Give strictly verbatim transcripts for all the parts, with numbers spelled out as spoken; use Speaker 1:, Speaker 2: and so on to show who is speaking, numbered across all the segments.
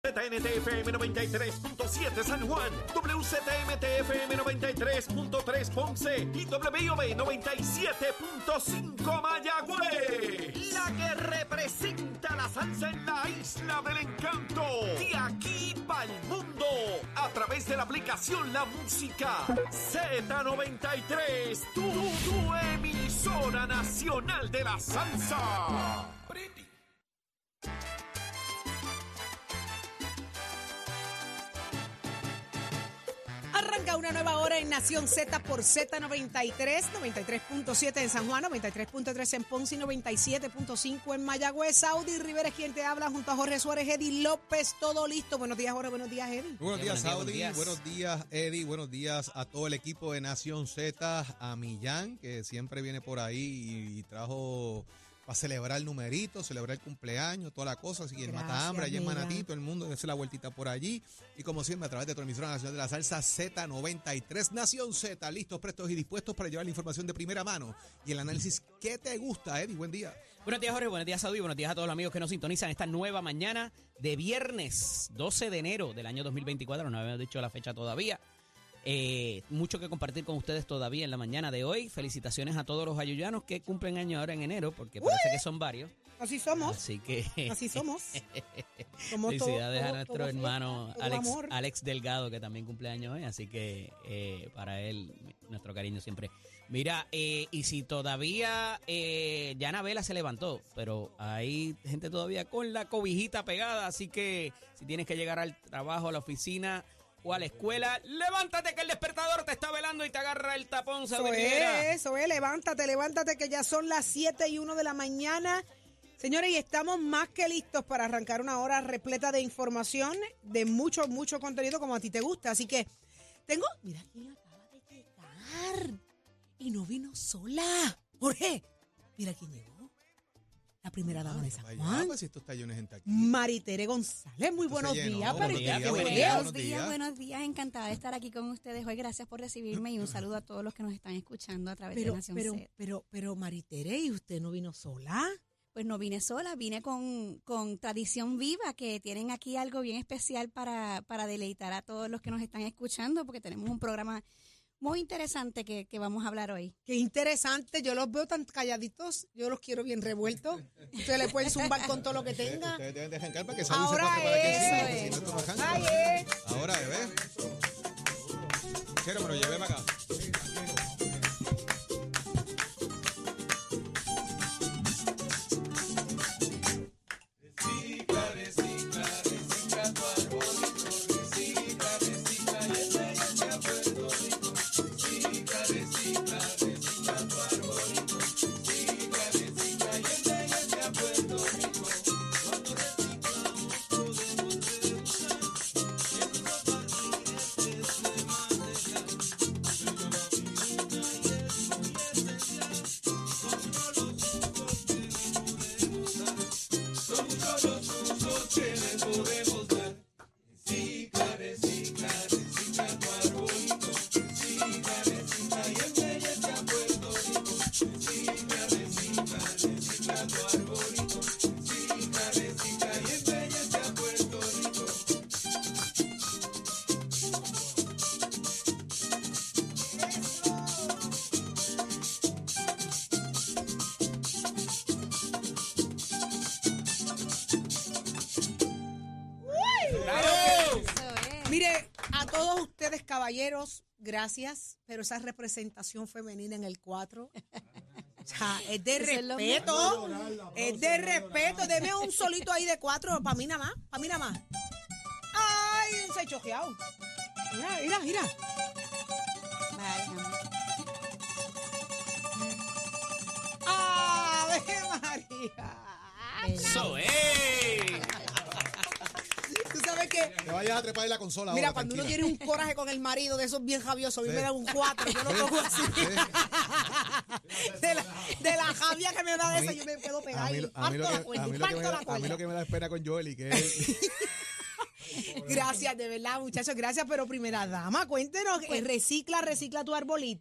Speaker 1: Z N T F M noventa y tres punto siete San Juan, W Z M T F M noventa y tres punto tres Ponce y W I O B noventa y siete punto cinco Mayagüez. La que representa la salsa en la isla del encanto. De aquí para el mundo. A través de la aplicación La Música Z noventa y tres, tu, tu emisora nacional de la salsa.
Speaker 2: Arranca una nueva hora en Nación Z por Z noventa y tres, noventa y tres punto siete en San Juan, noventa y tres punto tres en Ponce y noventa y siete punto cinco en Mayagüez. Saudi Rivera es quien te habla junto a Jorge Suárez, Eddie López, todo listo. Buenos días, Jorge, buenos días, Eddie.
Speaker 3: Buenos días,
Speaker 4: Buenos
Speaker 3: Saudi,
Speaker 4: días.
Speaker 3: buenos días, Eddie, buenos días a todo el equipo de Nación Z, a Millán, que siempre viene por ahí y, y trajo para celebrar el numerito, celebrar el cumpleaños, toda la cosa, así que el
Speaker 2: Gracias,
Speaker 3: mata hambre allí en
Speaker 2: Millán.
Speaker 3: Manatí, todo el mundo dése la vueltita por allí, y como siempre a través de tu emisora nacional de la salsa Z noventa y tres, Nación Z, listos, prestos y dispuestos para llevar la información de primera mano y el análisis que te gusta, Eddie, buen día.
Speaker 4: Buenos días, Jorge. Buenos días, Saudi. Buenos días a todos los amigos que nos sintonizan esta nueva mañana de viernes doce de enero del año dos mil veinticuatro. No habíamos dicho la fecha todavía. Eh, mucho que compartir con ustedes todavía en la mañana de hoy. Felicitaciones a todos los ayuyanos que cumplen año ahora en enero, porque parece que son varios.
Speaker 2: Así somos,
Speaker 4: Así que
Speaker 2: así somos. Somos
Speaker 4: felicidades
Speaker 2: todo-
Speaker 4: a
Speaker 2: todo-
Speaker 4: nuestro
Speaker 2: todo
Speaker 4: hermano
Speaker 2: fiesta, todo
Speaker 4: Alex,
Speaker 2: amor.
Speaker 4: Alex Delgado, que también cumple años hoy. Así que eh, para él, nuestro cariño siempre. Mira, eh, y si todavía eh, ya Anabela se levantó, pero hay gente todavía con la cobijita pegada, así que si tienes que llegar al trabajo, a la oficina o a la escuela, levántate que el despertador te está velando y te agarra el tapón,
Speaker 2: Eso
Speaker 4: Saudi Rivera.
Speaker 2: es, eso es, levántate, levántate que ya son las siete y uno de la mañana. Señores, y estamos más que listos para arrancar una hora repleta de información, de mucho, mucho contenido como a ti te gusta. Así que tengo, mira quién acaba de llegar y no vino sola. Jorge, mira quién llegó. La primera dama de San
Speaker 3: Vaya,
Speaker 2: Juan,
Speaker 3: pues, si esto está lleno de gente aquí.
Speaker 2: Maritere González. Muy
Speaker 3: Esto
Speaker 2: buenos
Speaker 3: se llenó.
Speaker 2: días.
Speaker 3: Buenos
Speaker 2: pero
Speaker 4: días,
Speaker 2: qué
Speaker 4: buenos
Speaker 2: fue.
Speaker 4: días.
Speaker 5: Buenos días, buenos días. Encantada de estar aquí con ustedes hoy. Gracias por recibirme y un saludo a todos los que nos están escuchando a través
Speaker 2: Pero,
Speaker 5: de Nación
Speaker 2: pero,
Speaker 5: Z.
Speaker 2: pero, pero, Maritere, ¿y usted no vino sola?
Speaker 5: Pues no vine sola, vine con, con Tradición Viva, que tienen aquí algo bien especial para, para deleitar a todos los que nos están escuchando, porque tenemos un programa muy interesante que, que vamos a hablar hoy.
Speaker 2: Qué interesante, yo los veo tan calladitos, yo los quiero bien revueltos. Ustedes le pueden zumbar con todo lo que tenga.
Speaker 3: Ustedes deben dejar para que Saudi
Speaker 2: Ahora
Speaker 3: se pueda preparar
Speaker 2: es,
Speaker 3: aquí encima, porque si no esto no alcanza.
Speaker 2: Ay, eh.
Speaker 3: Ahora, bebé. Quiero, me lo llevé para acá.
Speaker 5: Eso es.
Speaker 2: Mire, a todos ustedes, caballeros, gracias, pero esa representación femenina en el cuatro, o sea, es de
Speaker 5: Eso es lo
Speaker 2: respeto, es de respeto. Deme un solito ahí de cuatro, para mí nada más, para mí nada más. Ay, se ha chojeado. Mira, mira, mira.
Speaker 5: Válgame.
Speaker 2: ¡Ave María!
Speaker 4: Eso es.
Speaker 2: Tú sabes que,
Speaker 3: Te vayas a trepar en la consola
Speaker 2: mira,
Speaker 3: ahora,
Speaker 2: cuando uno
Speaker 3: tranquila.
Speaker 2: tiene un coraje con el marido de esos bien javiosos, a mí
Speaker 3: Sí.
Speaker 2: me da un cuatro, yo lo cojo así. De la, de la javia que me da de
Speaker 3: A
Speaker 2: esa,
Speaker 3: mí-
Speaker 2: yo me puedo pegar
Speaker 3: A mí,
Speaker 2: y
Speaker 3: lo- a
Speaker 2: parto
Speaker 3: mí lo
Speaker 2: la
Speaker 3: que, a
Speaker 2: cuerda,
Speaker 3: mí
Speaker 2: y
Speaker 3: lo que
Speaker 2: parto
Speaker 3: me
Speaker 2: la
Speaker 3: da, a mí
Speaker 2: cuerda.
Speaker 3: lo que me da pena con Joel y que él,
Speaker 2: Gracias, de verdad, muchachos, gracias, pero primera dama, cuéntenos, eh, recicla, recicla tu arbolito.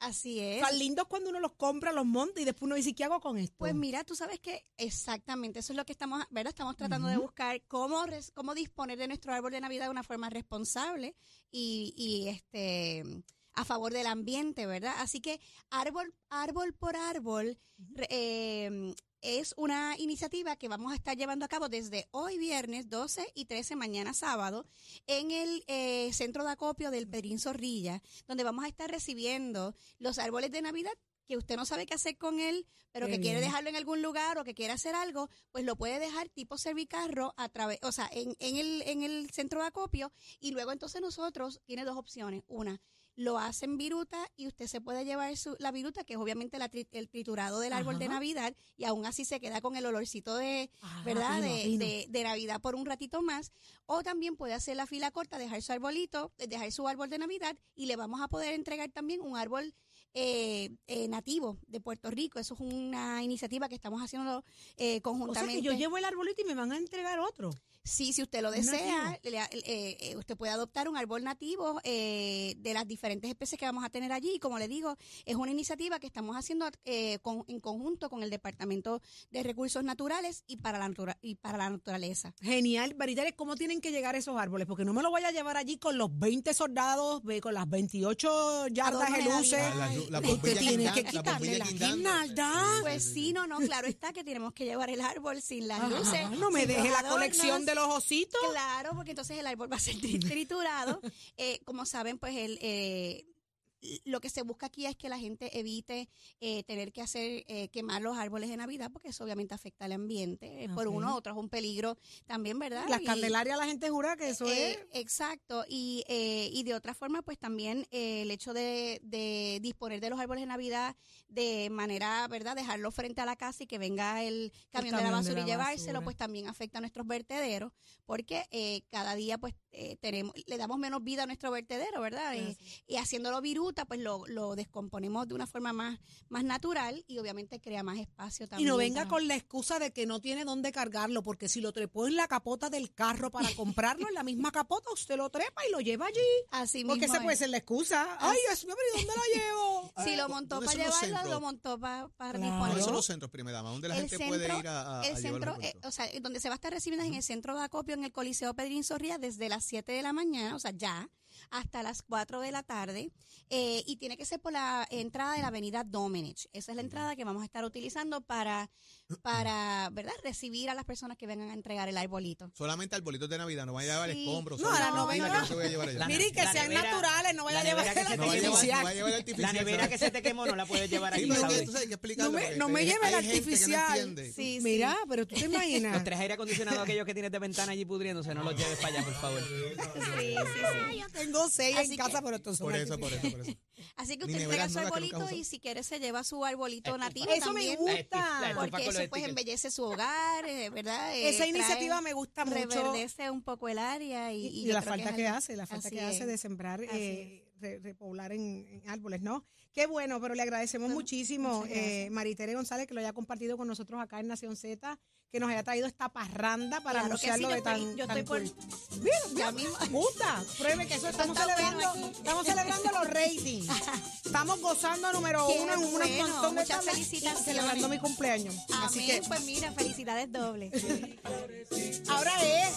Speaker 5: Así es.
Speaker 2: Tan lindos cuando uno los compra, los monta y después uno dice, ¿qué hago con esto?
Speaker 5: Pues mira, tú sabes que exactamente eso es lo que estamos, ¿verdad? Estamos tratando uh-huh. de buscar cómo, res, cómo disponer de nuestro árbol de Navidad de una forma responsable y, y este a favor del ambiente, ¿verdad? Así que árbol, árbol por árbol uh-huh. eh, es una iniciativa que vamos a estar llevando a cabo desde hoy viernes doce y trece, mañana sábado, en el eh, centro de acopio del Pedrín Zorrilla, donde vamos a estar recibiendo los árboles de Navidad que usted no sabe qué hacer con él, pero qué que bien. Quiere dejarlo en algún lugar o que quiere hacer algo, pues lo puede dejar tipo servicarro a través, o sea, en, en el en el centro de acopio, y luego entonces nosotros tiene dos opciones. Una, lo hacen viruta y usted se puede llevar su, la viruta, que es obviamente la tri, el triturado del árbol Ajá. de Navidad, y aún así se queda con el olorcito de, Ajá, ¿verdad? Fino, de, fino. De, de Navidad por un ratito más. O también puede hacer la fila corta, dejar su arbolito, dejar su árbol de Navidad, y le vamos a poder entregar también un árbol Eh, eh, nativo de Puerto Rico. Eso es una iniciativa que estamos haciendo eh, conjuntamente.
Speaker 2: O sea que yo llevo el arbolito y me van a entregar otro.
Speaker 5: Sí, si usted lo desea, le, eh, eh, usted puede adoptar un árbol nativo eh, de las diferentes especies que vamos a tener allí. Y como le digo, es una iniciativa que estamos haciendo eh, con, en conjunto con el Departamento de Recursos Naturales y para la, natura, y para la Naturaleza.
Speaker 2: Genial. Maritales, ¿cómo tienen que llegar esos árboles? Porque no me lo voy a llevar allí con los veinte soldados, con las veintiocho yardas de luces.
Speaker 3: La, la, la
Speaker 2: usted tiene que quitarle la guirnalda.
Speaker 5: Pues sí, no, no, claro está que tenemos que llevar el árbol sin las luces.
Speaker 2: Ajá, no me deje la colección de los ositos.
Speaker 5: Claro, porque entonces el árbol va a ser triturado. eh, como saben, pues el... Eh, lo que se busca aquí es que la gente evite eh, tener que hacer eh, quemar los árboles de Navidad, porque eso obviamente afecta al ambiente. Eh, okay. Por uno u otro es un peligro también, ¿verdad?
Speaker 2: Las y, Candelarias la gente jura que eso
Speaker 5: eh,
Speaker 2: es...
Speaker 5: Exacto. Y, eh, y de otra forma, pues también eh, el hecho de, de disponer de los árboles de Navidad de manera, ¿verdad? Dejarlo frente a la casa y que venga el camión, el camión de la basura de la y llevárselo, basura. Pues también afecta a nuestros vertederos, porque eh, cada día pues eh, tenemos le damos menos vida a nuestro vertedero, ¿verdad? Y, y haciéndolo viruta, pues lo, lo descomponemos de una forma más, más natural y obviamente crea más espacio también.
Speaker 2: Y no venga para... con la excusa de que no tiene dónde cargarlo, porque si lo trepó en la capota del carro para comprarlo, en la misma capota, usted lo trepa y lo lleva allí.
Speaker 5: Así
Speaker 2: porque
Speaker 5: mismo
Speaker 2: esa puede ser la excusa. Ay, Dios mío, pero ¿y dónde la llevo?
Speaker 5: Si Ay, lo montó para llevarlo, lo montó para, para
Speaker 3: claro.
Speaker 5: disponerlo.
Speaker 3: ¿Cuáles son los centros, primera dama? ¿Dónde la
Speaker 5: el
Speaker 3: gente
Speaker 5: centro,
Speaker 3: puede ir a, a
Speaker 5: El
Speaker 3: a
Speaker 5: centro, eh, o sea, donde se va a estar recibiendo uh-huh. es en el centro de acopio en el Coliseo Pedrín Zorrilla desde las siete de la mañana, o sea, ya, hasta las cuatro de la tarde, eh, y tiene que ser por la entrada de la avenida Domenech. Esa es la entrada que vamos a estar utilizando para, para ¿verdad?, recibir a las personas que vengan a entregar el arbolito.
Speaker 3: Solamente arbolitos de Navidad, no vaya a llevar
Speaker 5: sí.
Speaker 3: escombros.
Speaker 2: No, ahora no venga.
Speaker 3: Que no voy a llevar allá.
Speaker 2: Mire, que
Speaker 4: la
Speaker 2: sean
Speaker 4: nevera,
Speaker 2: naturales, no vaya a llevar el artificial.
Speaker 3: No vaya a llevar el artificial.
Speaker 4: La nevera que se te quemó no la puedes llevar allí.
Speaker 3: Sí, pero que, tú sabes, hay que explicarlo.
Speaker 2: No me, no me lleve el artificial.
Speaker 3: No
Speaker 2: sí, Mira, sí. pero tú te imaginas.
Speaker 4: Los tres aire acondicionados aquellos que tienes de ventana allí pudriéndose, no los lleves para allá, por favor.
Speaker 5: Sí, sí, sí.
Speaker 2: Yo tengo seis
Speaker 5: Así
Speaker 2: en casa,
Speaker 5: que,
Speaker 2: pero estos son
Speaker 3: por eso, por eso, por eso.
Speaker 5: Así que usted entrega su arbolito y si quiere se lleva su arbolito nativo
Speaker 2: eso
Speaker 5: también.
Speaker 2: me gusta.
Speaker 5: Porque eso pues embellece su hogar, ¿verdad?
Speaker 2: Esa eh, iniciativa me gusta mucho.
Speaker 5: Reverdece un poco el área. Y, y,
Speaker 2: y la falta que, que hace, la falta que
Speaker 5: es.
Speaker 2: hace de sembrar, eh, re, repoblar en, en árboles, ¿no? Qué bueno, pero le agradecemos bueno, muchísimo eh, Maritere González que lo haya compartido con nosotros acá en Nación Z, que nos haya traído esta parranda para claro anunciarlo sí, de tan,
Speaker 5: estoy, yo
Speaker 2: tan
Speaker 5: estoy
Speaker 2: cool.
Speaker 5: por...
Speaker 2: Mira, mira, me gusta, pruebe que eso estamos
Speaker 5: está
Speaker 2: celebrando,
Speaker 5: bueno
Speaker 2: estamos celebrando los ratings. Estamos gozando número
Speaker 5: Qué
Speaker 2: uno en
Speaker 5: bueno,
Speaker 2: un montón de
Speaker 5: muchas felicitaciones.
Speaker 2: celebrando mi cumpleaños.
Speaker 5: Amén,
Speaker 2: así que
Speaker 5: pues mira, felicidades dobles.
Speaker 2: Ahora es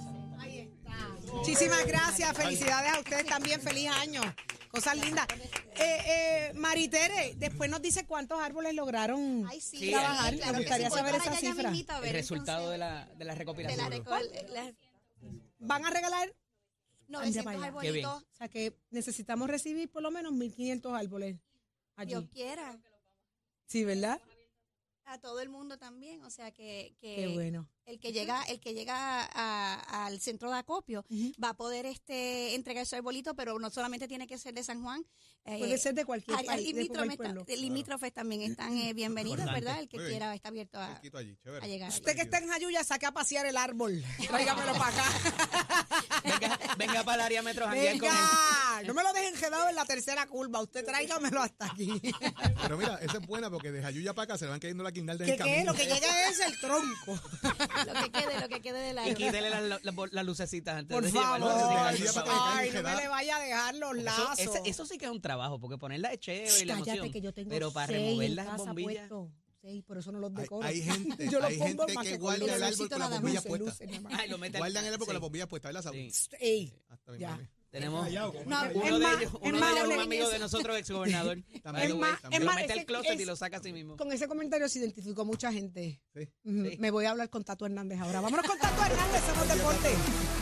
Speaker 2: Muchísimas gracias, felicidades a ustedes también, feliz año, cosas lindas. Eh, eh, Maritere, después nos dice cuántos árboles lograron
Speaker 5: Ay, sí,
Speaker 4: Sí,
Speaker 2: trabajar.
Speaker 4: claro
Speaker 2: Me
Speaker 4: que
Speaker 2: gustaría
Speaker 4: sí.
Speaker 2: saber
Speaker 5: Voy
Speaker 2: esa
Speaker 5: para allá ya
Speaker 2: cifra.
Speaker 5: mismito a ver,
Speaker 4: El resultado
Speaker 5: entonces,
Speaker 4: de la, de la
Speaker 5: de la
Speaker 4: recopilación.
Speaker 5: recol- la-
Speaker 2: Van a regalar,
Speaker 5: novecientos
Speaker 2: para allá.
Speaker 4: Qué bien.
Speaker 5: arbolitos,
Speaker 2: o sea que necesitamos recibir por lo menos mil quinientos árboles allí.
Speaker 5: Dios quiera.
Speaker 2: Sí, ¿verdad?
Speaker 5: A todo el mundo también, o sea que, que
Speaker 2: Qué bueno.
Speaker 5: el que llega, el que llega a- al centro de acopio
Speaker 2: Ujú.
Speaker 5: va a poder este entregar su arbolito, pero no solamente tiene que ser de San Juan. eh,
Speaker 2: Puede ser de cualquier
Speaker 5: áreas
Speaker 2: país, de
Speaker 5: limítrofes,
Speaker 2: cualquier pueblo.
Speaker 5: ta- limítrofes también están eh, bienvenidos,
Speaker 4: Importante.
Speaker 5: ¿verdad? El que
Speaker 3: Muy bien.
Speaker 5: quiera está abierto a,
Speaker 3: Cerquito allí, chévere.
Speaker 5: a llegar.
Speaker 2: Usted que está en Jayuya, saque a pasear el árbol. Tráigamelo para acá.
Speaker 4: Venga, venga para el área metro janguear con él.
Speaker 2: Venga, no me lo dejen quedado en la tercera curva. Usted tráigamelo hasta aquí.
Speaker 3: Pero mira, esa es buena porque de Jayuya para acá se le van cayendo la guirnalda en
Speaker 2: ¿Qué
Speaker 3: el
Speaker 2: qué?
Speaker 3: camino.
Speaker 2: Lo que llega es el tronco.
Speaker 5: Lo que quede, lo que quede del
Speaker 4: Y
Speaker 5: árbol.
Speaker 4: quítele las las- las- las lucecitas antes
Speaker 2: Por
Speaker 4: de
Speaker 2: favor.
Speaker 4: llevarlo.
Speaker 3: de
Speaker 4: Sí,
Speaker 3: Jayuya
Speaker 4: por
Speaker 3: para acá.
Speaker 4: favor.
Speaker 2: Ay, no me le vaya a dejar los
Speaker 4: Eso,
Speaker 2: lazos.
Speaker 4: ese- eso sí que es un trabajo, porque ponerla es chévere y la
Speaker 2: Cállate
Speaker 4: emoción.
Speaker 2: que yo tengo
Speaker 4: pero para
Speaker 2: seis
Speaker 4: remover
Speaker 2: en
Speaker 4: las
Speaker 2: casa
Speaker 4: bombillas.
Speaker 2: puestos. Seis, por eso no los
Speaker 3: Hay,
Speaker 2: decoro.
Speaker 3: hay gente,
Speaker 2: Yo los
Speaker 3: hay
Speaker 2: pongo
Speaker 3: gente
Speaker 2: más
Speaker 3: que
Speaker 2: que con
Speaker 3: guarda
Speaker 2: los
Speaker 3: el árbol
Speaker 2: bolsitos
Speaker 3: con las
Speaker 2: nada más,
Speaker 3: bombillas
Speaker 2: se
Speaker 3: puestas.
Speaker 2: lucen nada más.
Speaker 4: Ay, lo mete al-
Speaker 3: Guardan el árbol con
Speaker 4: sí.
Speaker 3: las bombillas puestas, ¿verdad, Saúl?
Speaker 4: Sí.
Speaker 2: Ey,
Speaker 3: Hasta mi
Speaker 2: ya.
Speaker 3: mami.
Speaker 4: Tenemos
Speaker 5: No,
Speaker 2: Es
Speaker 4: uno de
Speaker 2: más-
Speaker 4: ellos,
Speaker 2: es
Speaker 4: uno
Speaker 2: más,
Speaker 4: de ellos, un
Speaker 2: Ole,
Speaker 4: amigo
Speaker 2: es-
Speaker 4: de nosotros, exgobernador.
Speaker 3: También,
Speaker 2: Es más,
Speaker 3: también.
Speaker 2: es
Speaker 4: Lo
Speaker 2: más,
Speaker 4: mete
Speaker 2: es
Speaker 4: al
Speaker 2: que
Speaker 4: closet y
Speaker 2: es-
Speaker 4: lo saca así mismo.
Speaker 2: Con ese comentario se identificó mucha gente.
Speaker 3: Sí.
Speaker 2: Ujú.
Speaker 4: Sí.
Speaker 2: Me voy a hablar con Tato Hernández ahora. Vámonos con Tato Hernández, somos deporte.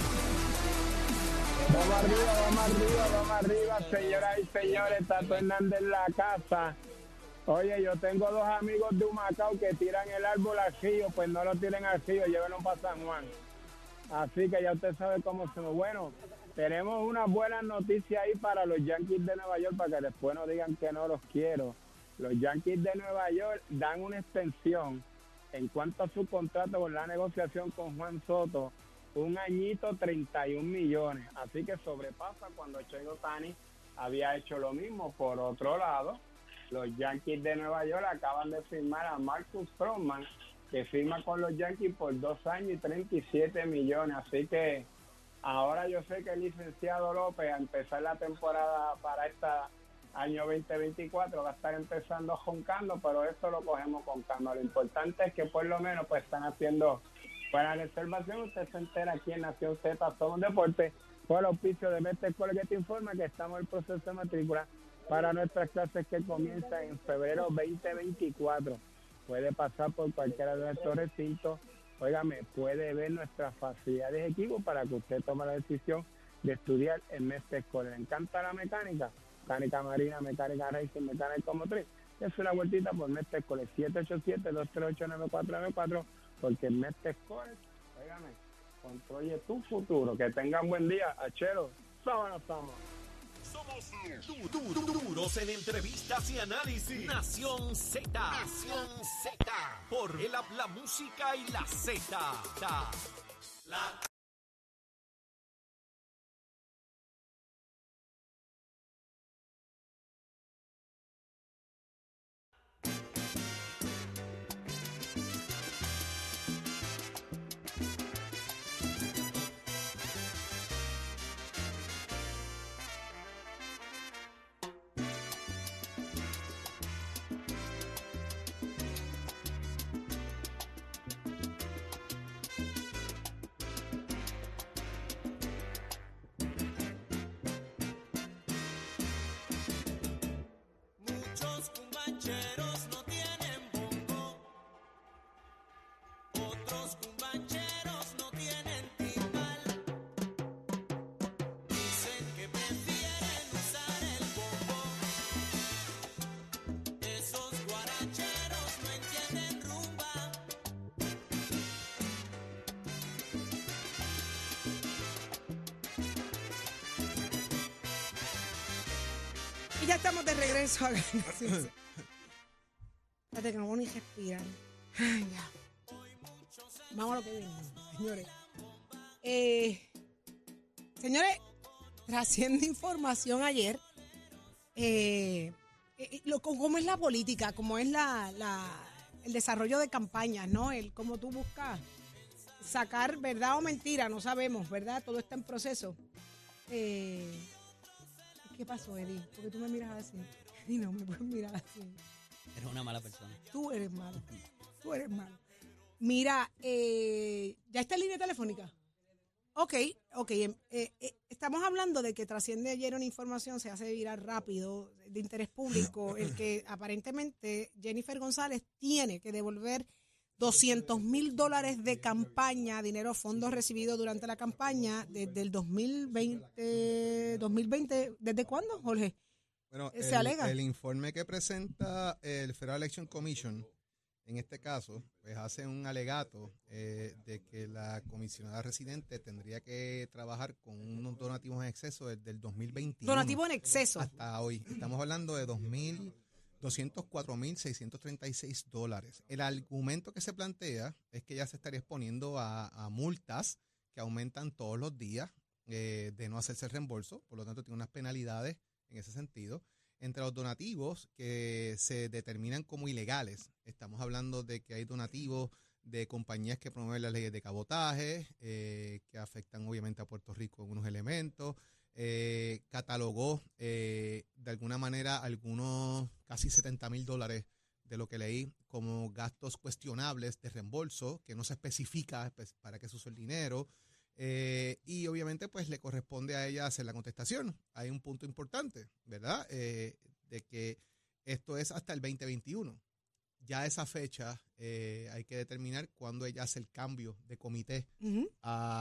Speaker 6: Vamos arriba, vamos arriba, vamos arriba, señoras y señores, Tato Hernández en la casa. Oye, yo tengo dos amigos de Humacao que tiran el árbol al río, pues no lo tiren al río, llévenlo para San Juan. Así que ya usted sabe cómo se... Bueno, tenemos una buena noticia ahí para los Yankees de Nueva York, para que después no digan que no los quiero. Los Yankees de Nueva York dan una extensión en cuanto a su contrato con la negociación con Juan Soto, un añito, treinta y un millones. Así que sobrepasa cuando Shohei Ohtani había hecho lo mismo. Por otro lado, los Yankees de Nueva York acaban de firmar a Marcus Stroman, que firma con los Yankees por dos años y treinta y siete millones. Así que ahora yo sé que el licenciado López, a empezar la temporada para este año veinte veinticuatro, va a estar empezando joncando, pero esto lo cogemos con calma. Lo importante es que por lo menos pues están haciendo buena reservación. Usted se entera aquí en Nación Z, Somos Deporte, por el auspicio de Mestre Escuela, que te informa que estamos en el proceso de matrícula para nuestras clases que comienzan en febrero veinte veinticuatro. Puede pasar por cualquiera de nuestros recintos. Óigame, puede ver nuestras facilidades de equipo para que usted tome la decisión de estudiar en Mestre Escuela. ¿Le encanta la mecánica? Mecánica marina, mecánica racing, mecánica automotriz. Es una vueltita por Mestre Escuela, siete ocho siete, dos tres ocho, nueve cuatro nueve cuatro, porque en Mestre Escuela, óigame, construye tu futuro. Que tengan buen día, achero. Sábanas, sábanas.
Speaker 1: Somos du- du- du- duros en entrevistas y análisis. Nación Z. Nación Z. Por el app, la música y la Z. La
Speaker 7: Muchos cumbancheros no tienen bongo, otros cumbancheros no tienen timbal. Dicen que prefieren usar el bombo. Esos guaracheros no entienden rumba.
Speaker 2: Y ya estamos de regreso a Nación Z. Espérate que no voy ni a respirar. Ay, ya. Vamos a lo que viene, señores. Eh, señores, trasciende información ayer. Eh, eh, lo, cómo es la política, cómo es la, la, el desarrollo de campañas, ¿no? El cómo tú buscas sacar verdad o mentira, no sabemos, ¿verdad? Todo está en proceso. Eh, ¿Qué pasó, Eddie? Porque tú me miras así. Y no me puedes mirar así.
Speaker 4: Eres una mala persona.
Speaker 2: Tú eres malo. Tú eres malo. Mira, eh, ¿ya está en línea telefónica? Ok, ok. eh, eh, estamos hablando de que trasciende ayer una información, se hace viral rápido, de interés público, el que aparentemente Jennifer González tiene que devolver doscientos mil dólares de campaña, dinero, fondos recibidos durante la campaña desde el dos mil veinte, dos mil veinte, ¿desde cuándo, Jorge?
Speaker 8: Bueno,
Speaker 2: Se
Speaker 8: el,
Speaker 2: alega.
Speaker 8: el informe que presenta el Federal Election Commission, en este caso, pues hace un alegato eh, de que la comisionada residente tendría que trabajar con unos donativos en exceso desde el dos mil veintiuno.
Speaker 2: Donativo en exceso.
Speaker 8: Hasta hoy. Estamos hablando de dos mil doscientos cuatro mil seiscientos treinta y seis dólares. El argumento que se plantea es que ella se estaría exponiendo a, a multas que aumentan todos los días eh, de no hacerse el reembolso, por lo tanto tiene unas penalidades en ese sentido. Entre los donativos que se determinan como ilegales, estamos hablando de que hay donativos de compañías que promueven las leyes de cabotaje, eh, que afectan obviamente a Puerto Rico en unos elementos. Eh, catalogó eh, de alguna manera algunos casi setenta mil dólares de lo que leí como gastos cuestionables de reembolso, que no se especifica pues, para qué se usó el dinero. Eh, y obviamente pues le corresponde a ella hacer la contestación. Hay un punto importante, ¿verdad? Eh, de que esto es hasta el veinte veintiuno. Ya esa fecha eh, hay que determinar cuándo ella hace el cambio de comité
Speaker 2: Uh-huh.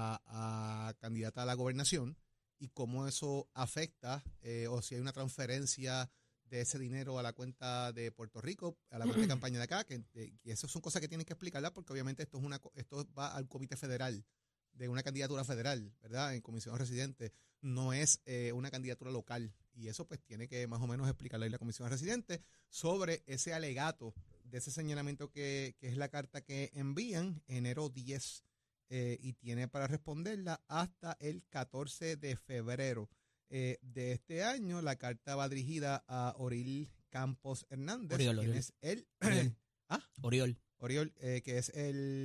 Speaker 8: a, a candidata a la gobernación y cómo eso afecta eh, o si hay una transferencia de ese dinero a la cuenta de Puerto Rico, a la cuenta de campaña de acá, que, eh, que eso son cosas que tienen que explicarla porque obviamente esto es una co- esto va al comité federal de una candidatura federal, ¿verdad? En comisión residente, no es eh, una candidatura local. Y eso pues tiene que más o menos explicarle a la comisión residente sobre ese alegato de ese señalamiento que, que es la carta que envían enero diez eh, y tiene para responderla hasta el catorce de febrero eh, de este año. La carta va dirigida a Oril Campos Hernández,
Speaker 4: Oriol,
Speaker 8: quien
Speaker 4: Oriol.
Speaker 8: es el...
Speaker 4: Oriol.
Speaker 8: ¿Ah?
Speaker 4: Oriol.
Speaker 8: Oriol, eh, que es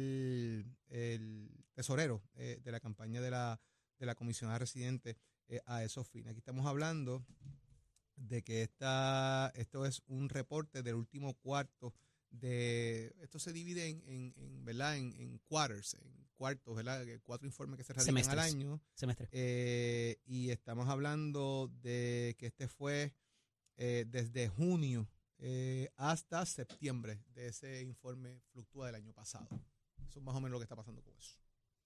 Speaker 8: el, el tesorero eh, de la campaña de la, de la comisionada residente eh, a esos fines. Aquí estamos hablando de que esta, esto es un reporte del último cuarto de, esto se divide en, en, en, ¿verdad? En, en quarters, en cuartos, ¿verdad? Cuatro informes que se realizan al
Speaker 4: Semestres.
Speaker 8: año.
Speaker 4: Semestre.
Speaker 8: Eh, y estamos hablando de que este fue eh, desde junio eh, hasta septiembre de ese informe fluctúa del año pasado. Eso es más o menos lo que está pasando con eso.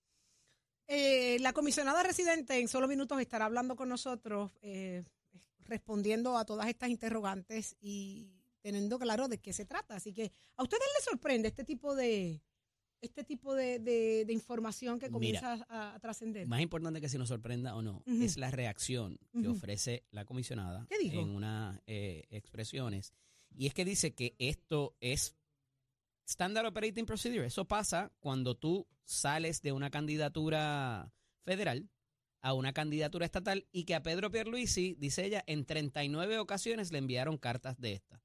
Speaker 2: Eh, la comisionada residente en solo minutos estará hablando con nosotros, eh, respondiendo a todas estas interrogantes y teniendo claro de qué se trata. Así que, ¿a ustedes les sorprende este tipo de este tipo de, de, de información que comienza
Speaker 4: Mira,
Speaker 2: a, a trascender?
Speaker 4: Más importante que si nos sorprenda o no,
Speaker 2: Ujú.
Speaker 4: es la reacción que
Speaker 2: Ujú.
Speaker 4: ofrece la comisionada
Speaker 2: ¿Qué dijo?
Speaker 4: en unas eh, expresiones. Y es que dice que esto es Standard Operating Procedure. Eso pasa cuando tú sales de una candidatura federal a una candidatura estatal y que a Pedro Pierluisi, dice ella, en treinta y nueve ocasiones le enviaron cartas de esta.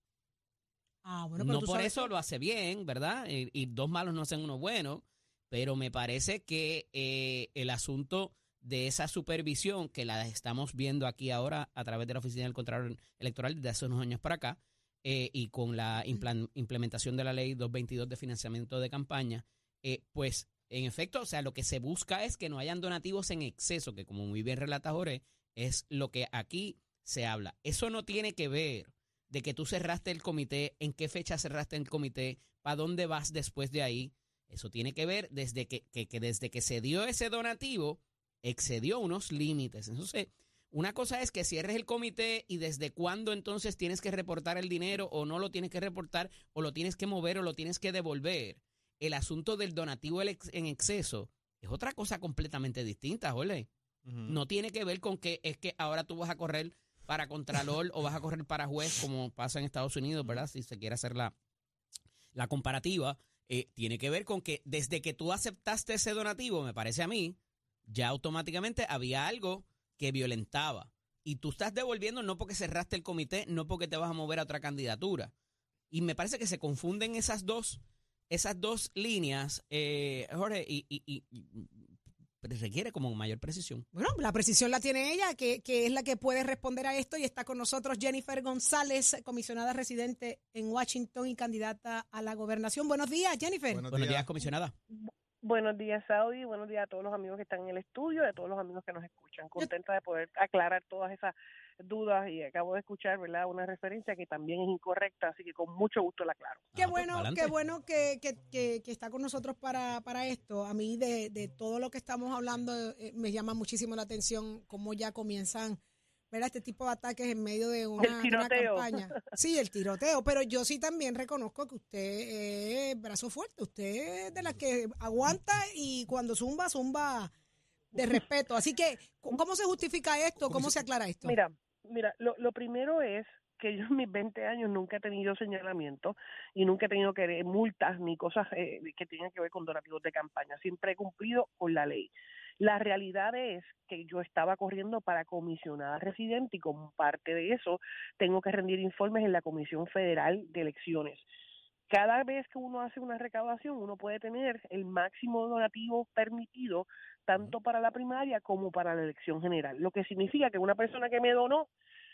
Speaker 2: Ah, bueno, pero
Speaker 4: No
Speaker 2: tú
Speaker 4: por
Speaker 2: sabes
Speaker 4: eso
Speaker 2: que-
Speaker 4: lo hace bien, ¿verdad? Y, y dos malos no hacen uno bueno, pero me parece que eh, el asunto de esa supervisión que la estamos viendo aquí ahora a través de la Oficina del Contralor Electoral desde hace unos años para acá, eh, y con la implan- implementación de la ley doscientos veintidós de financiamiento de campaña, eh, pues en efecto, o sea, lo que se busca es que no hayan donativos en exceso, que como muy bien relata Jorge, es lo que aquí se habla. Eso no tiene que ver de que tú cerraste el comité, en qué fecha cerraste el comité, para dónde vas después de ahí. Eso tiene que ver desde que, que, que desde que se dio ese donativo, excedió unos límites. Entonces, una cosa es que cierres el comité y desde cuándo entonces tienes que reportar el dinero o no lo tienes que reportar o lo tienes que mover o lo tienes que devolver. El asunto del donativo en exceso es otra cosa completamente distinta, Jorge. No tiene que ver con que es que ahora tú vas a correr para contralor o vas a correr para juez, como pasa en Estados Unidos, ¿verdad? Si se quiere hacer la, la comparativa, eh, tiene que ver con que desde que tú aceptaste ese donativo, me parece a mí, ya automáticamente había algo que violentaba. Y tú estás devolviendo no porque cerraste el comité, no porque te vas a mover a otra candidatura. Y me parece que se confunden esas dos, esas dos líneas, eh, Jorge, y, y, y, y requiere como mayor precisión.
Speaker 2: Bueno, la precisión la tiene ella, que, que es la que puede responder a esto, y está con nosotros Jennifer González, comisionada residente en Washington y candidata a la gobernación. Buenos días, Jennifer.
Speaker 8: Buenos
Speaker 4: Buenos días,
Speaker 8: días.
Speaker 4: comisionada.
Speaker 9: Buenos días, Saudi. Buenos días a todos los amigos que están en el estudio y a todos los amigos que nos escuchan. Contenta de poder aclarar todas esas dudas y acabo de escuchar, ¿verdad?, una referencia que también es incorrecta, así que con mucho gusto la aclaro.
Speaker 2: Qué
Speaker 4: Ah, pues,
Speaker 2: bueno,
Speaker 4: pa'lante.
Speaker 2: qué bueno que, que, que, que está con nosotros para, para esto. A mí de, de todo lo que estamos hablando eh, me llama muchísimo la atención cómo ya comienzan, ¿verdad?, este tipo de ataques en medio de una,
Speaker 9: El
Speaker 2: de una
Speaker 9: tiroteo.
Speaker 2: campaña. Sí, el tiroteo, pero yo sí también reconozco que usted es brazo fuerte, usted es de las que aguanta y cuando zumba, zumba de respeto. Así que, ¿cómo se justifica esto? ¿Cómo se aclara esto?
Speaker 9: Mira, mira, lo, lo primero es que yo en mis veinte años nunca he tenido señalamiento y nunca he tenido que multas ni cosas eh, que tengan que ver con donativos de campaña. Siempre he cumplido con la ley. La realidad es que yo estaba corriendo para comisionada residente y como parte de eso tengo que rendir informes en la Comisión Federal de Elecciones. Cada vez que uno hace una recaudación, uno puede tener el máximo donativo permitido tanto para la primaria como para la elección general, lo que significa que una persona que me donó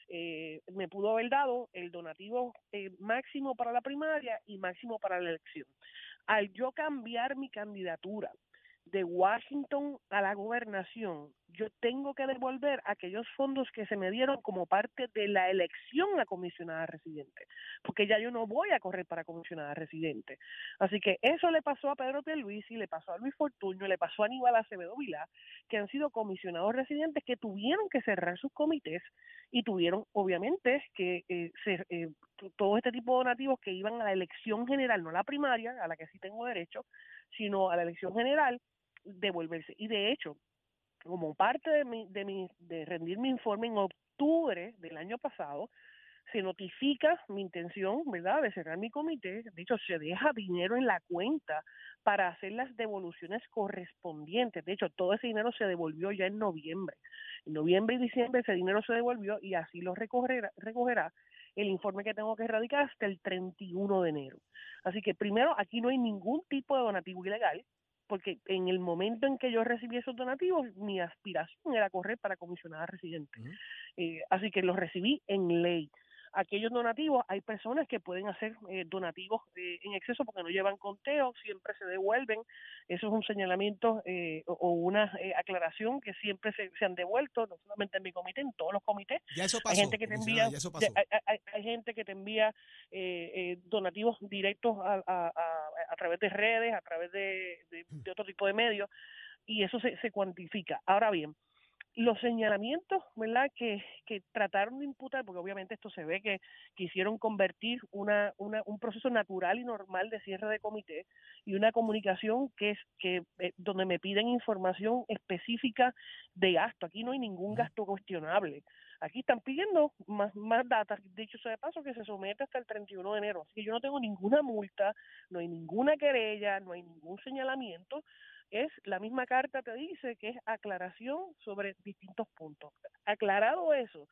Speaker 9: eh, me pudo haber dado el donativo eh, máximo para la primaria y máximo para la elección. Al yo cambiar mi candidatura de Washington a la gobernación, yo tengo que devolver aquellos fondos que se me dieron como parte de la elección a comisionada residente, porque ya yo no voy a correr para comisionada residente. Así que eso le pasó a Pedro Pierluisi, le pasó a Luis Fortuño, le pasó a Aníbal Acevedo Vilá, que han sido comisionados residentes que tuvieron que cerrar sus comités y tuvieron, obviamente, que eh, ser, eh, todo este tipo de donativos que iban a la elección general, no a la primaria, a la que sí tengo derecho, sino a la elección general, devolverse. Y de hecho, como parte de mi, de mi de rendir mi informe en octubre del año pasado, se notifica mi intención, ¿verdad?, de cerrar mi comité. De hecho, se deja dinero en la cuenta para hacer las devoluciones correspondientes. De hecho, todo ese dinero se devolvió ya en noviembre. En noviembre y diciembre ese dinero se devolvió y así lo recogerá, recogerá el informe que tengo que erradicar hasta el treinta y uno de enero. Así que primero, aquí no hay ningún tipo de donativo ilegal, porque en el momento en que yo recibí esos donativos, mi aspiración era correr para comisionada residente. Uh-huh. Eh, así que los recibí en ley. Aquellos donativos, hay personas que pueden hacer eh, donativos eh, en exceso porque no llevan conteo, siempre se devuelven. Eso es un señalamiento eh, o, o una eh, aclaración que siempre se, se han devuelto, no solamente en mi comité, en todos los comités.
Speaker 3: Ya eso pasó.
Speaker 9: Hay gente que te envía,
Speaker 3: ya eso pasó.
Speaker 9: Hay, hay, hay gente que te envía eh, eh, donativos directos a, a, a, a través de redes, a través de, de, de otro tipo de medios, y eso se, se cuantifica. Ahora bien, los señalamientos, ¿verdad?, que, que trataron de imputar, porque obviamente esto se ve que quisieron convertir una, una un proceso natural y normal de cierre de comité y una comunicación que es que eh, donde me piden información específica de gasto. Aquí no hay ningún gasto cuestionable. Aquí están pidiendo más, más datos, dicho sea de paso, que se somete hasta el treinta y uno de enero. Así que yo no tengo ninguna multa, no hay ninguna querella, no hay ningún señalamiento. Es la misma carta te dice que es aclaración sobre distintos puntos. Aclarado eso,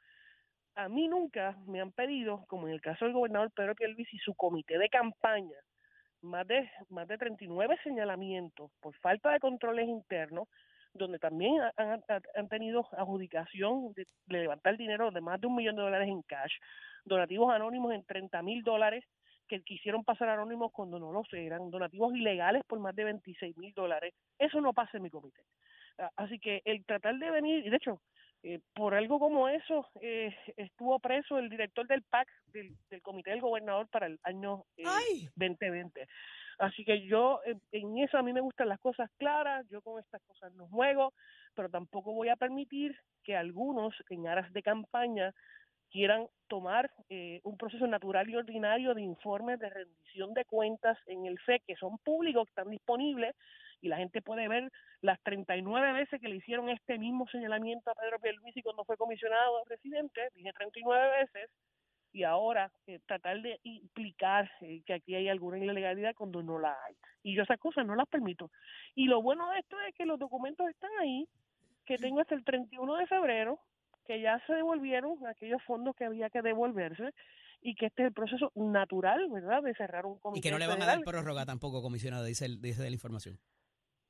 Speaker 9: a mí nunca me han pedido, como en el caso del gobernador Pedro Pierluisi y su comité de campaña, más de más de treinta y nueve señalamientos por falta de controles internos, donde también han, han, han tenido adjudicación de, de levantar dinero de más de un millón de dólares en cash, donativos anónimos en treinta mil dólares, que quisieron pasar anónimos cuando no los eran, donativos ilegales por más de veintiséis mil dólares, eso no pasa en mi comité. Así que el tratar de venir, y de hecho, eh, por algo como eso, eh, estuvo preso el director del P A C, del, del Comité del Gobernador para el año eh, veinte veinte. Así que yo, eh, en eso a mí me gustan las cosas claras, yo con estas cosas no juego, pero tampoco voy a permitir que algunos, en aras de campaña, quieran tomar eh, un proceso natural y ordinario de informes de rendición de cuentas en el F E C, que son públicos, que están disponibles, y la gente puede ver las treinta y nueve veces que le hicieron este mismo señalamiento a Pedro Pierluisi cuando fue comisionado presidente, dije treinta y nueve veces, y ahora eh, tratar de implicar eh, que aquí hay alguna ilegalidad cuando no la hay. Y yo esas cosas no las permito. Y lo bueno de esto es que los documentos están ahí, que tengo hasta el treinta y uno de febrero, que ya se devolvieron aquellos fondos que había que devolverse y que este es el proceso natural, ¿verdad?, de cerrar un comité.
Speaker 4: Y que no le van
Speaker 9: federal.
Speaker 4: a dar prórroga tampoco, comisionado, dice, el, dice de la información.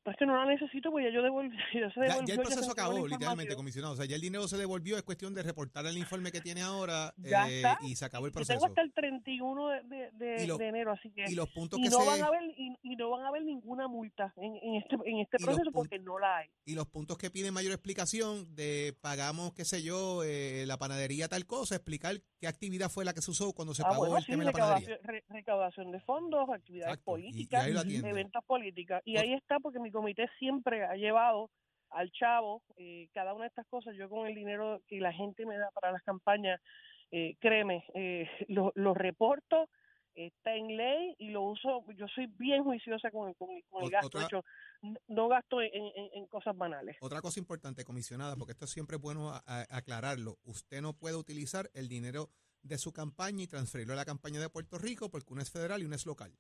Speaker 9: Pues que no la necesito, pues ya yo devolví. Ya, se
Speaker 3: Ya,
Speaker 9: devolvió,
Speaker 3: ya el
Speaker 9: ya
Speaker 3: proceso
Speaker 9: se
Speaker 3: acabó,
Speaker 9: entregó la
Speaker 3: literalmente,
Speaker 9: información.
Speaker 3: comisionado. O sea, ya el dinero se devolvió, es cuestión de reportar el informe que tiene ahora
Speaker 9: Ya
Speaker 3: eh,
Speaker 9: está.
Speaker 3: y se acabó el
Speaker 9: Yo tengo
Speaker 3: proceso.
Speaker 9: hasta el treinta y uno de, de, de-
Speaker 3: Y, lo-
Speaker 9: de enero, así que
Speaker 3: y los puntos
Speaker 9: y
Speaker 3: que
Speaker 9: no
Speaker 3: se
Speaker 9: van a haber y, y no van a haber ninguna multa en, en este en este
Speaker 3: Y los
Speaker 9: proceso
Speaker 3: pun-
Speaker 9: porque no la hay.
Speaker 3: y los puntos que piden mayor explicación de pagamos, qué sé yo, eh, la panadería tal cosa, explicar qué actividad fue la que se usó cuando se
Speaker 9: Ah,
Speaker 3: pagó
Speaker 9: bueno,
Speaker 3: el
Speaker 9: sí,
Speaker 3: tema de la panadería.
Speaker 9: recaudación, re- recaudación de fondos, actividades
Speaker 3: Exacto, y- y
Speaker 9: políticas,
Speaker 3: ahí lo atiende.
Speaker 9: eventos políticos. Y
Speaker 3: Ot-
Speaker 9: ahí está porque mi comité siempre ha llevado al chavo eh, cada una de estas cosas. Yo con el dinero que la gente me da para las campañas, eh, créeme, eh, lo, lo reporto, está en ley y lo uso. Yo soy bien juiciosa con el, con el, con el
Speaker 3: Ot-
Speaker 9: gasto.
Speaker 3: otra-
Speaker 9: De hecho, no, no gasto en, en- en cosas banales.
Speaker 3: Otra cosa importante, comisionada, porque esto siempre es bueno a- a- aclararlo. Usted no puede utilizar el dinero de su campaña y transferirlo a la campaña de Puerto Rico porque una es federal y una es local.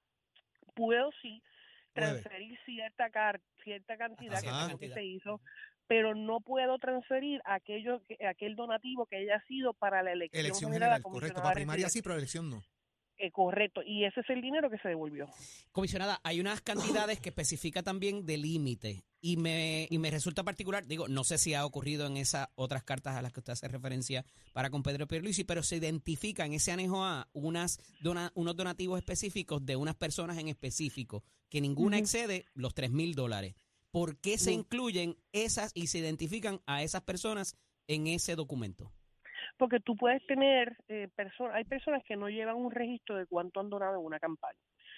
Speaker 9: Puedo sí
Speaker 3: Puede.
Speaker 9: transferir cierta car cierta cantidad,
Speaker 3: Ajá.
Speaker 9: que es lo que
Speaker 4: Cantidad.
Speaker 9: se hizo, pero no puedo transferir aquello que- aquel donativo que haya sido para la elección,
Speaker 3: Elección
Speaker 9: general, a
Speaker 3: general, correcto.
Speaker 9: comisionada
Speaker 3: Para primaria sí,
Speaker 9: residente.
Speaker 3: pero elección no.
Speaker 9: Eh, correcto, y ese es el dinero que se devolvió.
Speaker 4: Comisionada, hay unas cantidades que especifica también de límite y me, y me resulta particular, digo, no sé si ha ocurrido en esas otras cartas a las que usted hace referencia para con Pedro Pierluisi, pero se identifica en ese anejo A unas dona- unos donativos específicos de unas personas en específico, que ninguna
Speaker 9: Ujú.
Speaker 4: excede los tres mil dólares. ¿Por qué se
Speaker 9: Ujú.
Speaker 4: incluyen esas y se identifican a esas personas en ese documento?
Speaker 9: Porque tú puedes tener eh, personas, hay personas que no llevan un registro de cuánto han donado en una campaña.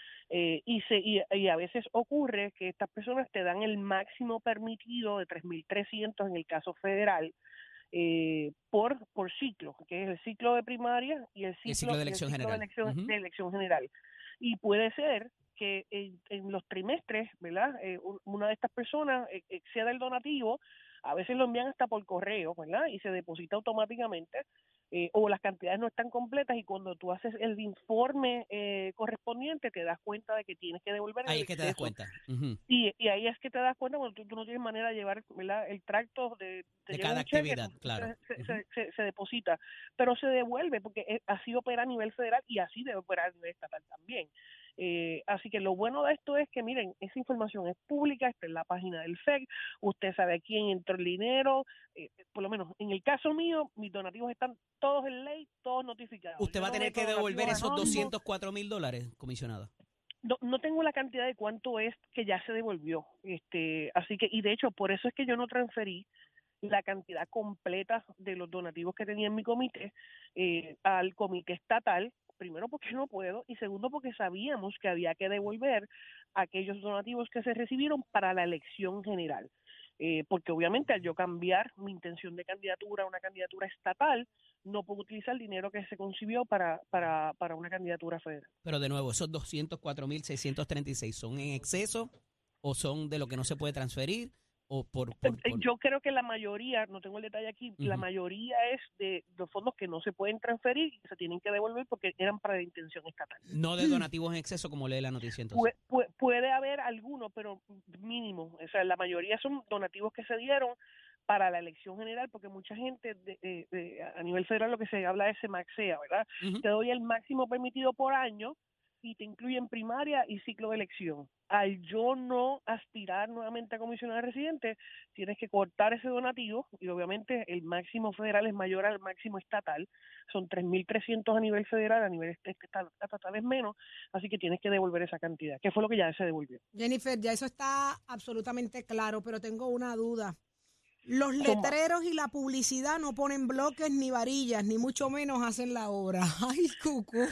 Speaker 9: Eh, y, se, y, y a veces ocurre que estas personas te dan el máximo permitido de tres mil trescientos en el caso federal eh, por por ciclo, que es el ciclo de primaria y el ciclo,
Speaker 4: El ciclo de
Speaker 9: y el
Speaker 4: elección
Speaker 9: ciclo
Speaker 4: general.
Speaker 9: de elección,
Speaker 4: Ujú.
Speaker 9: de elección general. Y puede ser que en, en los trimestres, ¿verdad? Eh, un- una de estas personas eh, exceda el donativo, a veces lo envían hasta por correo, ¿verdad? Y se deposita automáticamente, eh, o las cantidades no están completas y cuando tú haces el informe eh, correspondiente te das cuenta de que tienes que devolver
Speaker 4: Ahí
Speaker 9: el
Speaker 4: es que te das
Speaker 9: exceso.
Speaker 4: cuenta. Ujú.
Speaker 9: Y, y ahí es que te das cuenta cuando tú, tú no tienes manera de llevar, ¿verdad? El tracto de, te
Speaker 4: De
Speaker 9: llega
Speaker 4: cada
Speaker 9: un cheque,
Speaker 4: actividad,
Speaker 9: entonces
Speaker 4: claro.
Speaker 9: se,
Speaker 4: Ujú.
Speaker 9: se, se- se deposita, pero se devuelve porque es- así opera a nivel federal y así debe operar a nivel estatal también. Eh, así que lo bueno de esto es que, miren, esa información es pública, está en la página del F E C, usted sabe a quién entró el dinero, eh, por lo menos en el caso mío, mis donativos están todos en ley, todos notificados.
Speaker 4: Usted
Speaker 9: Yo
Speaker 4: va a
Speaker 9: no
Speaker 4: tener
Speaker 9: meto
Speaker 4: que devolver
Speaker 9: donativos
Speaker 4: esos
Speaker 9: anónimos.
Speaker 4: doscientos cuatro mil dólares, comisionada.
Speaker 9: No, no tengo la cantidad de cuánto es que ya se devolvió, este, así que, y de hecho, por eso es que yo no transferí la cantidad completa de los donativos que tenía en mi comité eh, al comité estatal, primero porque no puedo y segundo porque sabíamos que había que devolver aquellos donativos que se recibieron para la elección general. Eh, porque obviamente al yo cambiar mi intención de candidatura a una candidatura estatal, no puedo utilizar el dinero que se concibió para, para, para una candidatura federal.
Speaker 4: Pero de nuevo, esos doscientos cuatro mil seiscientos treinta y seis, ¿son en exceso o son de lo que no se puede transferir? O por, por,
Speaker 9: Eh,
Speaker 4: por-
Speaker 9: Yo creo que la mayoría, no tengo el detalle aquí, la
Speaker 4: Ujú.
Speaker 9: mayoría es de los fondos que no se pueden transferir y se tienen que devolver porque eran para la intención estatal.
Speaker 4: no de donativos en exceso, como lee la noticia entonces.
Speaker 9: Pue- pue- puede haber alguno, pero mínimo. O sea, la mayoría son donativos que se dieron para la elección general, porque mucha gente de, de- de- a nivel federal lo que se habla es se maxea, ¿verdad?
Speaker 4: Ujú.
Speaker 9: Te doy el máximo permitido por año y te incluyen primaria y ciclo de elección. Al yo no aspirar nuevamente a comisionada residente, tienes que cortar ese donativo y obviamente el máximo federal es mayor al máximo estatal, son tres mil trescientos a nivel federal, a nivel est- estatal estatal es menos, así que tienes que devolver esa cantidad, que fue lo que ya se devolvió.
Speaker 2: Jennifer, ya eso está absolutamente claro, pero tengo una duda. Los
Speaker 9: Zumba.
Speaker 2: letreros y la publicidad no ponen bloques ni varillas, ni mucho menos hacen la obra. Ay, cucu.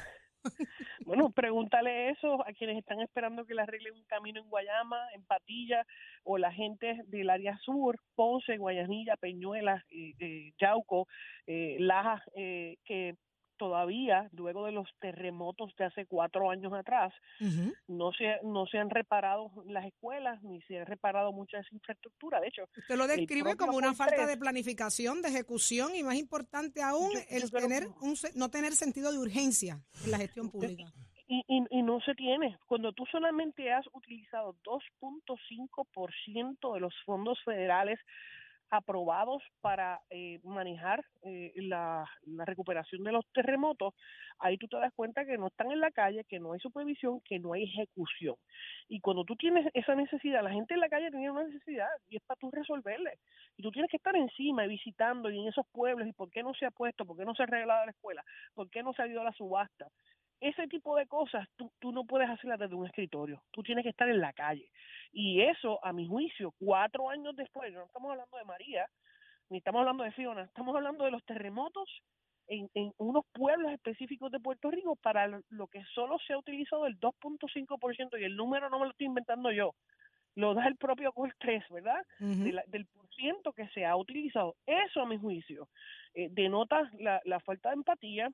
Speaker 9: Bueno, pregúntale eso a quienes están esperando que le arreglen un camino en Guayama, en Patilla, o la gente del área sur, Ponce, Guayanilla, Peñuelas, eh, eh, Yauco, eh, Lajas, eh, que todavía, luego de los terremotos de hace cuatro años atrás,
Speaker 2: Ujú.
Speaker 9: no se, no se han reparado las escuelas, ni se han reparado mucha de esa infraestructura. De hecho,
Speaker 2: Usted lo describe
Speaker 9: propio
Speaker 2: como una
Speaker 9: Fortress-
Speaker 2: falta de planificación, de ejecución y más importante aún,
Speaker 9: Yo- yo
Speaker 2: el
Speaker 9: creo
Speaker 2: tener
Speaker 9: que-
Speaker 2: un, se- no tener sentido de urgencia en la gestión pública.
Speaker 9: Y, y, y no se tiene. Cuando tú solamente has utilizado dos punto cinco por ciento de los fondos federales aprobados para eh, manejar eh, la, la recuperación de los terremotos, ahí tú te das cuenta que no están en la calle, que no hay supervisión, que no hay ejecución. Y cuando tú tienes esa necesidad, la gente en la calle tiene una necesidad y es para tú resolverle. Y tú tienes que estar encima y visitando y en esos pueblos, y por qué no se ha puesto, por qué no se ha arreglado la escuela, por qué no se ha ido a la subasta. Ese tipo de cosas tú, tú no puedes hacerlas desde un escritorio, tú tienes que estar en la calle. Y eso, a mi juicio, cuatro años después, no estamos hablando de María, ni estamos hablando de Fiona, estamos hablando de los terremotos en, en unos pueblos específicos de Puerto Rico para lo que solo se ha utilizado el dos punto cinco por ciento, y el número no me lo estoy inventando yo, lo da el propio Cortés, ¿verdad?
Speaker 2: Uh-huh.
Speaker 9: De la, del por ciento que se ha utilizado. Eso, a mi juicio, eh, denota la, la falta de empatía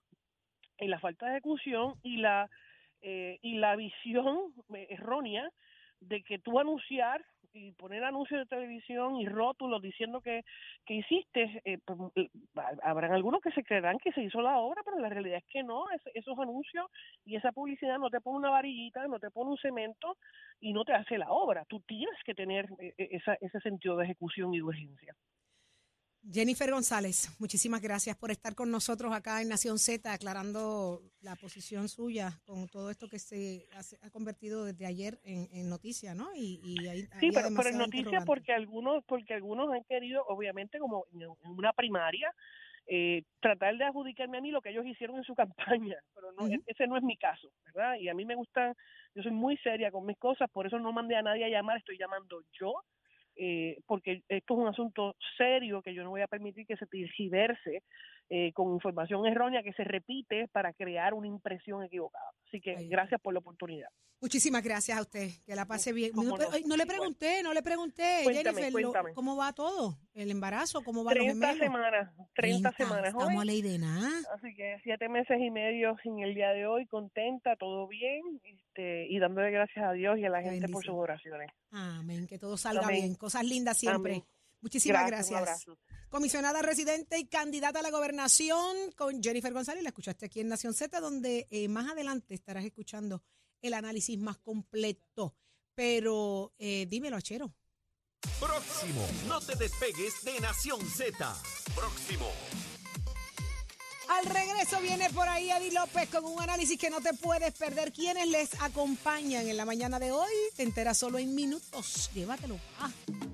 Speaker 9: y la falta de ejecución y la eh, y la visión eh, errónea de que tú anunciar y poner anuncios de televisión y rótulos diciendo que, que hiciste, eh, pues, habrán algunos que se creerán que se hizo la obra, pero la realidad es que no, es, esos anuncios y esa publicidad no te pone una varillita, no te pone un cemento y no te hace la obra. Tú tienes que tener eh, esa, ese sentido de ejecución y de urgencia.
Speaker 2: Jennifer González, muchísimas gracias por estar con nosotros acá en Nación Z, aclarando la posición suya con todo esto que se ha, se ha convertido desde ayer en, en noticia, ¿no? Y, y ahí,
Speaker 9: sí, pero, pero
Speaker 2: demasiada
Speaker 9: en noticia
Speaker 2: interrogante.
Speaker 9: porque algunos, porque algunos han querido, obviamente, como en, en una primaria, eh, tratar de adjudicarme a mí lo que ellos hicieron en su campaña, pero no, uh-huh. ese no es mi caso, ¿verdad? Y a mí me gusta, yo soy muy seria con mis cosas, por eso no mandé a nadie a llamar, estoy llamando yo. Eh, porque esto es un asunto serio que yo no voy a permitir que se tergiverse eh, con información errónea que se repite para crear una impresión equivocada. Así que Ahí. gracias por la oportunidad.
Speaker 2: Muchísimas gracias a usted, que la pase bien. No,
Speaker 9: no?
Speaker 2: no le pregunté, no le pregunté,
Speaker 9: cuéntame,
Speaker 2: Jennifer,
Speaker 9: cuéntame.
Speaker 2: Lo, ¿cómo va todo? ¿El embarazo? ¿Cómo va los
Speaker 9: treinta
Speaker 2: gemelos?
Speaker 9: semanas, treinta semanas.
Speaker 2: Estamos
Speaker 9: joven.
Speaker 2: a ley de nada.
Speaker 9: Así que siete meses y medio en el día de hoy, contenta, todo bien, este, y dándole gracias a Dios y a la Qué gente bendición. Por sus oraciones.
Speaker 2: Amén, que todo salga
Speaker 9: Amén.
Speaker 2: bien, cosas lindas siempre.
Speaker 9: Amén.
Speaker 2: Muchísimas
Speaker 9: gracias.
Speaker 2: gracias. Comisionada residente y candidata a la gobernación con Jennifer González, la escuchaste aquí en Nación Z, donde eh, más adelante estarás escuchando el análisis más completo. Pero eh, dímelo, Achero.
Speaker 1: Próximo, no te despegues de Nación Z. Próximo.
Speaker 2: Al regreso viene por ahí Eddie López con un análisis que no te puedes perder. ¿Quiénes les acompañan en la mañana de hoy? Te enteras solo en minutos. Llévatelo. Ah.